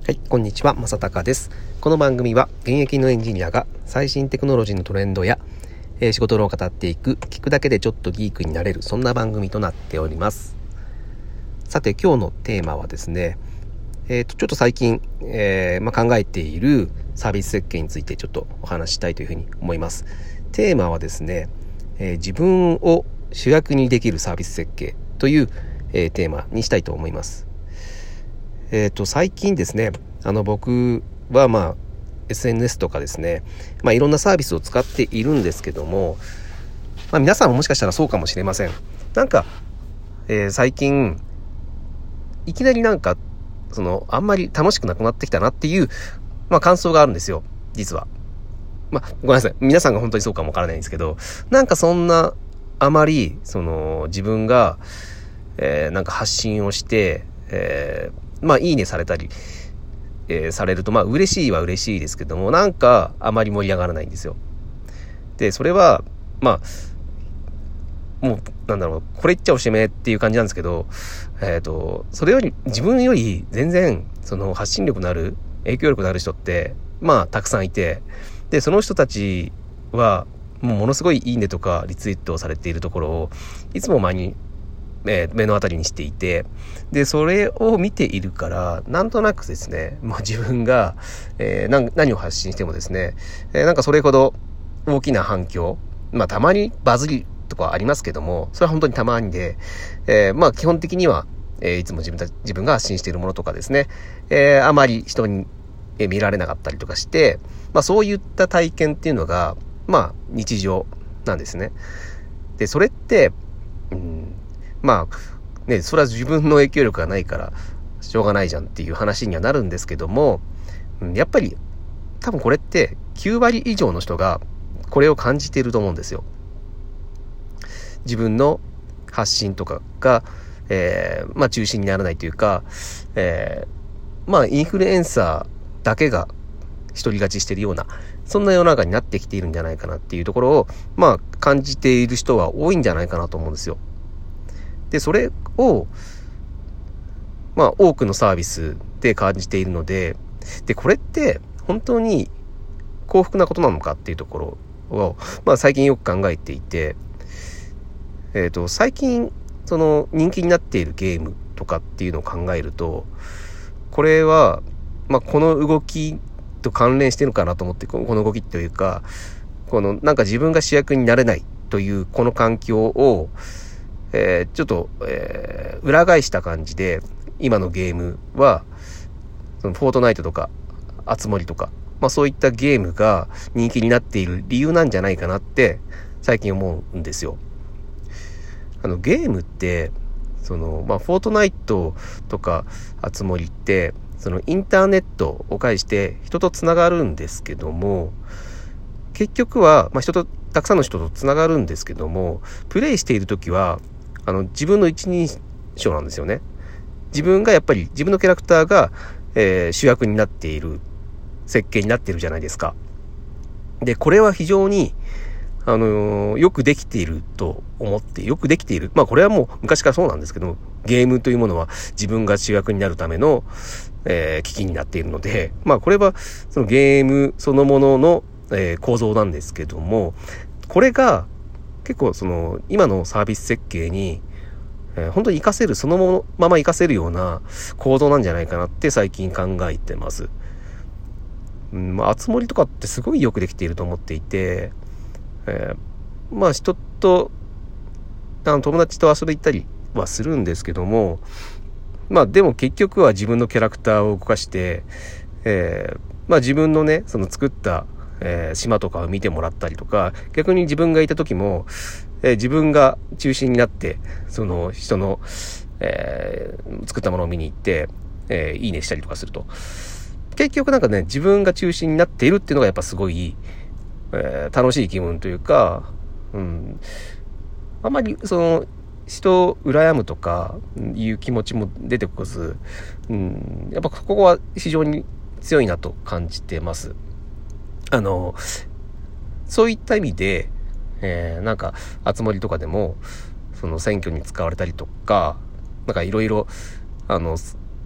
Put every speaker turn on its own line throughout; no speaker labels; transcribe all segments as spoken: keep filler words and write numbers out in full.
はい、こんにちは、まさたかです。この番組は現役のエンジニアが最新テクノロジーのトレンドや、えー仕事論を語っていく、聞くだけでちょっとギークになれる、そんな番組となっております。さて、今日のテーマはですね、えー、とちょっと最近、えーまあ、考えているサービス設計についてちょっとお話ししたいというふうに思います。テーマはですね、えー自分を主役にできるサービス設計という、えーテーマにしたいと思います。えっと、最近ですね、あの、僕はまあ、エスエヌエス とかですね、まあ、いろんなサービスを使っているんですけども、まあ、皆さんももしかしたらそうかもしれません。なんか、えー最近、いきなりなんか、その、あんまり楽しくなくなってきたなっていう、まあ、感想があるんですよ、実は。まあ、ごめんなさい。皆さんが本当にそうかもわからないんですけど、なんかそんな、あまり、その、自分が、えーなんか発信をして、えーまあ、いいねされたり、えーされると、まあ、嬉しいは嬉しいですけども、なんか、あまり盛り上がらないんですよ。で、それは、まあ、もう、なんだろう、これ言っちゃおしめっていう感じなんですけど、えっと、それより、自分より全然、その、発信力のある、影響力のある人って、まあ、たくさんいて、で、その人たちは、もう、ものすごいいいねとか、リツイートをされているところを、いつも前に、えー目の当たりにしていて、で、それを見ているから、なんとなくですね、まあ自分が、えー何、何を発信してもですね、えーなんかそれほど大きな反響、まあたまにバズりとかありますけども、それは本当にたまにで、えーまあ基本的には、えーいつも自分た自分が発信しているものとかですね、えーあまり人にえー見られなかったりとかして、まあそういった体験っていうのが、まあ日常なんですね。で、それって、うんまあ、ね、それは自分の影響力がないから、しょうがないじゃんっていう話にはなるんですけども、うんやっぱり、多分これってきゅうわり以上の人がこれを感じていると思うんですよ。自分の発信とかが、えーまあ中心にならないというか、えーまあインフルエンサーだけが独り勝ちしているような、そんな世の中になってきているんじゃないかなっていうところを、まあ感じている人は多いんじゃないかなと思うんですよ。で、それを、まあ、多くのサービスで感じているので、で、これって、本当に幸福なことなのかっていうところを、まあ、最近よく考えていて、えっと、最近、その、人気になっているゲームとかっていうのを考えると、これは、まあ、この動きと関連してるのかなと思って、このこの動きというか、この、なんか自分が主役になれないという、この環境を、えーちょっと、えー裏返した感じで、今のゲームは、そのフォートナイトとか、あつ森とか、まあそういったゲームが人気になっている理由なんじゃないかなって、最近思うんですよ。あの、ゲームって、その、まあフォートナイトとか、あつ森って、そのインターネットを介して人とつながるんですけども、結局は、まあ人と、たくさんの人とつながるんですけども、プレイしているときは、あの、自分の一人称なんですよね。自分がやっぱり、自分のキャラクターが、えー主役になっている、設計になっているじゃないですか。で、これは非常に、あのーよくできていると思って、よくできている。まあこれはもう昔からそうなんですけど、ゲームというものは自分が主役になるための、えー機器になっているので、まあこれは、そのゲームそのものの、えー構造なんですけども、これが、結構その今のサービス設計に、えー本当に活かせるそのものまま活かせるような構造なんじゃないかなって最近考えてます。うん、まあ、あつ森とかってすごいよくできていると思っていて、えーまあ人とあの友達と遊び行ったりはするんですけども、まあでも結局は自分のキャラクターを動かして、えーまあ自分のねその作ったえー島とかを見てもらったりとか、逆に自分がいた時も、えー自分が中心になって、その人の、えー作ったものを見に行って、えーいいねしたりとかすると。結局なんかね、自分が中心になっているっていうのがやっぱすごい、えー楽しい気分というか、うん。あんまり、その、人を羨むとかいう気持ちも出てこず、うん、やっぱここは非常に強いなと感じてます。あの、そういった意味で、えー、なんか、あつ森とかでも、その選挙に使われたりとか、なんかいろいろ、あの、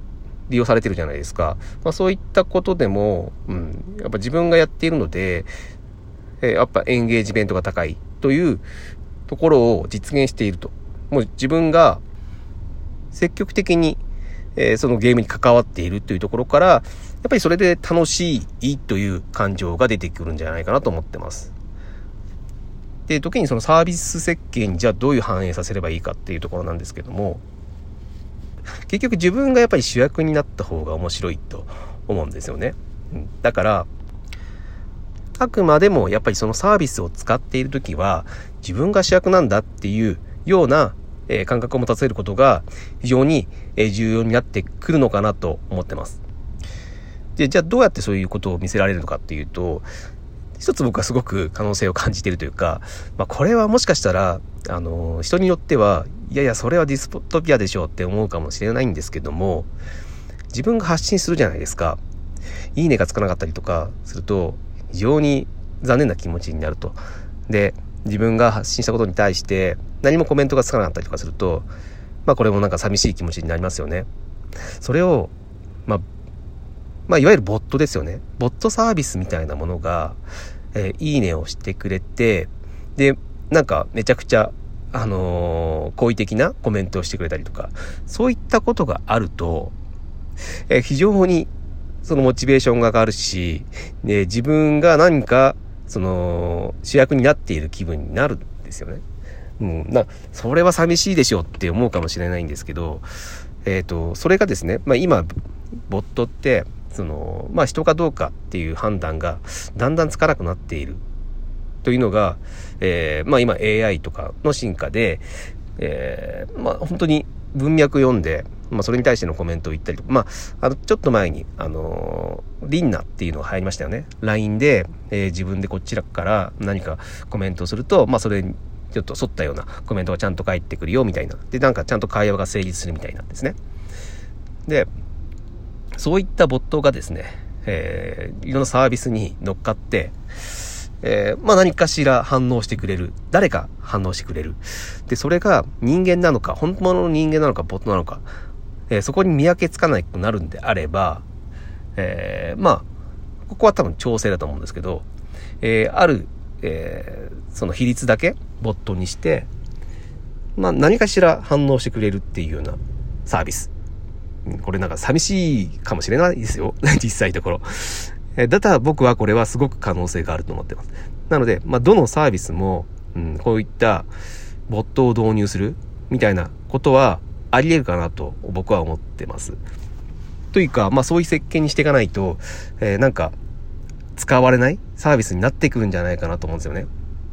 利用されてるじゃないですか。まあ、そういったことでも、うん、やっぱ自分がやっているので、えー、やっぱエンゲージメントが高いというところを実現していると。もう自分が積極的に、えー、そのゲームに関わっているというところから、やっぱりそれで楽しいという感情が出てくるんじゃないかなと思ってます。で、時にそのサービス設計にじゃあどういう反映させればいいかっていうところなんですけども、結局自分がやっぱり主役になった方が面白いと思うんですよね。うん、だからあくまでもやっぱりそのサービスを使っているときは自分が主役なんだっていうような、えー、感覚を持たせることが非常に、えー、重要になってくるのかなと思ってます。で、じゃあどうやってそういうことを見せられるのかっていうと、一つ僕はすごく可能性を感じているというか、まあ、これはもしかしたら、あのー、人によってはいやいやそれはディストピアでしょうって思うかもしれないんですけども、自分が発信するじゃないですか。いいねがつかなかったりとかすると非常に残念な気持ちになると。で、自分が発信したことに対して何もコメントがつかなかったりとかすると、まあこれもなんか寂しい気持ちになりますよね。それをまあまあいわゆるボットですよね。ボットサービスみたいなものが、えー、いいねをしてくれて、でなんかめちゃくちゃあのー、好意的なコメントをしてくれたりとか、そういったことがあると、えー、非常にそのモチベーションが上がるし、で自分が何かその主役になっている気分になるんですよね。うん、なそれは寂しいでしょって思うかもしれないんですけど、えーと、それがですね、まあ、今ボットってその、まあ、人かどうかっていう判断がだんだんつかなくなっているというのが、えーまあ、今 エーアイ とかの進化で、えーまあ、本当に文脈読んで、まあ、それに対してのコメントを言ったりとか、まあ、あのちょっと前に、あのー、リンナっていうのが流行りましたよね。 ライン で、えー、自分でこちらから何かコメントをすると、まあ、それにちょっと沿ったようなコメントがちゃんと返ってくるよみたいな、でなんかちゃんと会話が成立するみたいなんですね。でそういったボットがですね、えー、いろんなサービスに乗っかって、えー、まあ何かしら反応してくれる、誰か反応してくれる。でそれが人間なのか本物の人間なのかボットなのか、えー、そこに見分けつかなくなるんであれば、えー、まあここは多分調整だと思うんですけど、えー、ある、えー、その比率だけボットにして、まあ何かしら反応してくれるっていうようなサービス。これなんか寂しいかもしれないですよ実際のところ。えだったら僕はこれはすごく可能性があると思ってます。なので、まあ、どのサービスも、うん、こういったボットを導入するみたいなことはあり得るかなと僕は思ってます。というか、まあそういう設計にしていかないと、えー、なんか使われないサービスになってくるんじゃないかなと思うんですよね。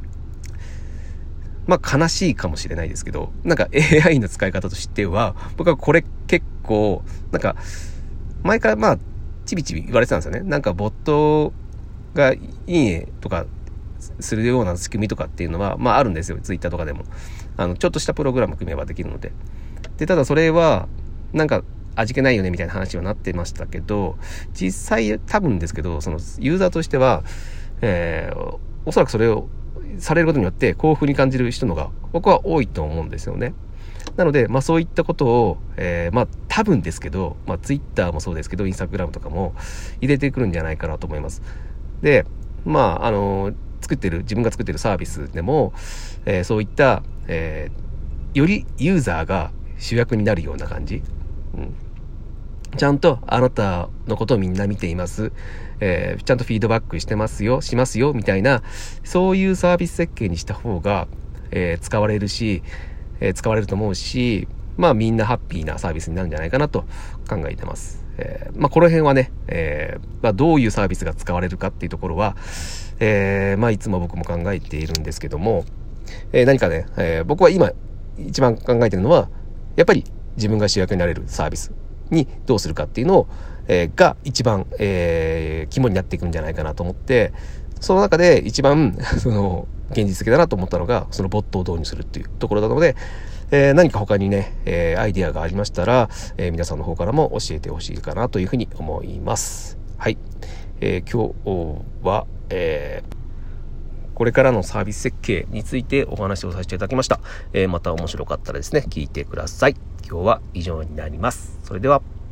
まあ悲しいかもしれないですけど、なんか エーアイ の使い方としては、僕はこれ結構、なんか、前からまあ、ちびちび言われてたんですよね。なんかボットがいいねとかするような仕組みとかっていうのは、まああるんですよ。ツイッターとかでも。あの、ちょっとしたプログラム組めばできるので。で、ただそれは、なんか味気ないよねみたいな話はなってましたけど、実際多分ですけど、そのユーザーとしては、えー、おそらくそれをされることによって幸福に感じる人のが僕は多いと思うんですよね。なので、まあそういったことを、えー、まあ多分ですけど、まあツイッターもそうですけど、インスタグラムとかも入れてくるんじゃないかなと思います。で、まああのー、作ってる、自分が作ってるサービスでも、えー、そういった、えー、よりユーザーが主役になるような感じ。うん。ちゃんとあなたのことをみんな見ています、えー、ちゃんとフィードバックしてますよしますよみたいな、そういうサービス設計にした方が、えー、使われるし、えー、使われると思うし、まあみんなハッピーなサービスになるんじゃないかなと考えてます。えー、まあこの辺はね、えーまあ、どういうサービスが使われるかっていうところは、えー、まあいつも僕も考えているんですけども、えー、何かね、えー、僕は今一番考えているのはやっぱり自分が主役になれるサービスにどうするかっていうのを、えー、が一番、えー、肝になっていくんじゃないかなと思って、その中で一番その現実的だなと思ったのがそのボットを導入するっていうところなので、えー、何か他にね、えー、アイディアがありましたら、えー、皆さんの方からも教えてほしいかなというふうに思います。はい、えー、今日は、えーこれからのサービス設計についてお話をさせていただきました。えー、また面白かったらですね、聞いてください。今日は以上になります。それでは。